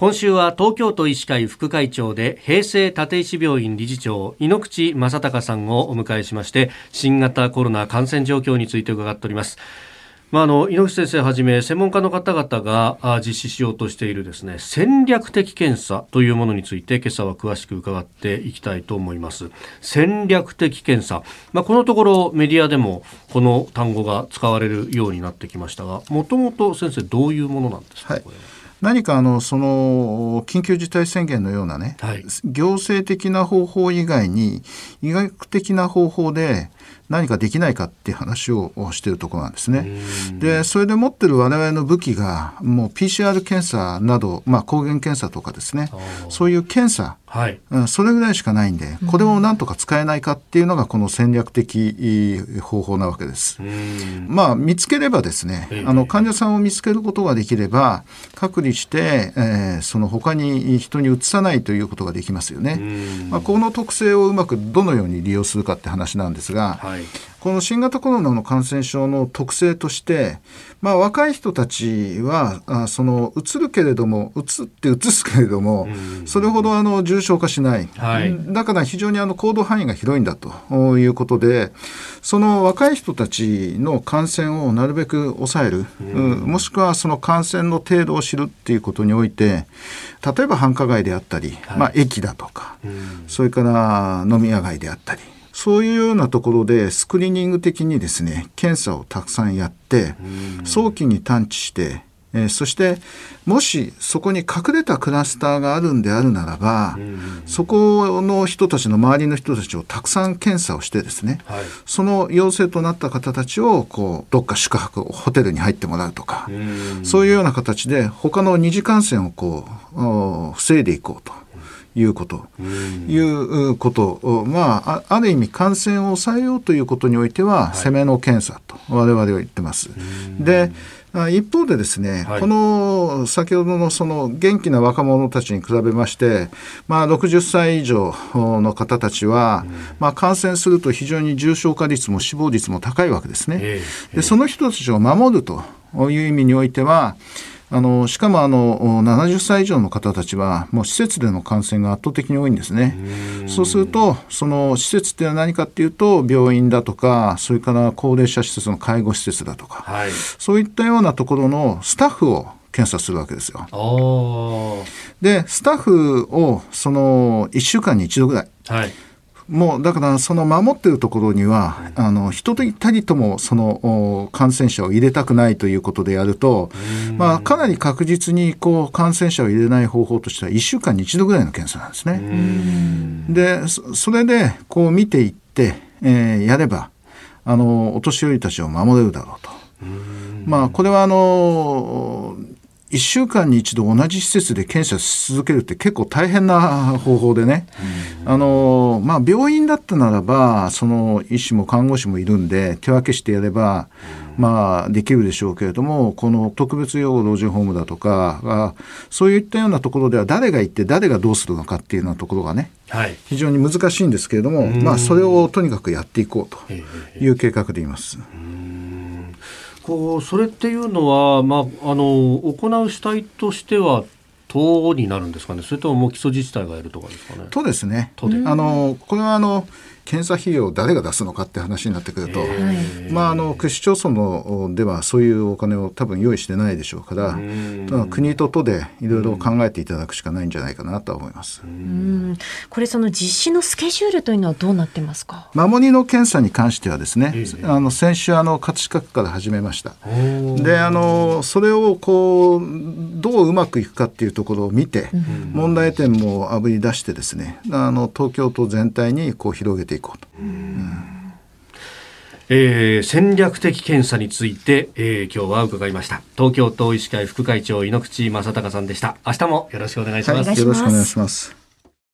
今週は東京都医師会副会長で平成立石病院理事長猪口正孝さんをお迎えしまして、新型コロナ感染状況について伺っております。猪口先生はじめ専門家の方々が実施しようとしているですね、戦略的検査というものについて今朝は詳しく伺っていきたいと思います。戦略的検査、このところメディアでもこの単語が使われるようになってきましたが、もともと先生どういうものなんですか？ はい、何かその緊急事態宣言のようなね、行政的な方法以外に医学的な方法で何かできないかっていう話をしているところなんですね。で、それで持ってる我々の武器がもう PCR 検査など、抗原検査とかですね、そういう検査、それぐらいしかないんで、これをなんとか使えないかっていうのがこの戦略的方法なわけです。見つければですね、患者さんを見つけることができれば隔離して、その他に人にうつさないということができますよね。この特性をうまくどのように利用するかって話なんですが、この新型コロナの感染症の特性として、若い人たちはそのうつるけれどもうつすけれども、それほど重症化しない、だから非常に行動範囲が広いんだということで、その若い人たちの感染をなるべく抑える、もしくはその感染の程度を知るっていうことにおいて、例えば繁華街であったり、駅だとか、それから飲み屋街であったり、そういうようなところでスクリーニング的にですね、検査をたくさんやって早期に探知して、そしてもしそこに隠れたクラスターがあるんであるならば、そこの人たちの周りの人たちをたくさん検査をしてですね、その陽性となった方たちをどっか宿泊ホテルに入ってもらうとか、そういうような形で他の二次感染を防いでいこうということ、ある意味感染を抑えようということにおいては、攻めの検査と我々は言ってます。で、一方でですね、この先ほどのその元気な若者たちに比べまして、60歳以上の方たちは、感染すると非常に重症化率も死亡率も高いわけですね。で、その人たちを守るという意味においては、しかも70歳以上の方たちはもう施設での感染が圧倒的に多いんですね。そうすると、その施設って何かっていうと、病院だとか、それから高齢者施設の介護施設だとか、そういったようなところのスタッフを検査するわけですよ。で、スタッフをその1週間に1度ぐらい、もうだからその守っているところには人とたりともその感染者を入れたくないということでやると、かなり確実に感染者を入れない方法としては1週間に1度ぐらいの検査なんですね。で、それで見ていってやればお年寄りたちを守れるだろうと。これは1週間に1度同じ施設で検査し続けるって結構大変な方法でね、病院だったならばその医師も看護師もいるんで手分けしてやればできるでしょうけれども、この特別養護老人ホームだとかそういったようなところでは誰が行って誰がどうするのかっていうようなところがね、非常に難しいんですけれども、それをとにかくやっていこうという計画でいます。 それっていうのは、行う主体としては都になるんですかね、それとももう基礎自治体がやるとかですかね。 都ですね。これは検査費用を誰が出すのかって話になってくると、区市町村のではそういうお金を多分用意してないでしょうから、国と都でいろいろ考えていただくしかないんじゃないかなと思います。 これその実施のスケジュールというのはどうなってますか？ 守りの検査に関してはですね、先週葛飾区から始めました。で、それをどううまくいくかっていうところを見て、問題点もあぶり出してですね、東京都全体に広げていこうと。 戦略的検査について、今日は伺いました。東京都医師会副会長猪口正孝さんでした。明日もよろしくお願いします。 よろしくお願いします。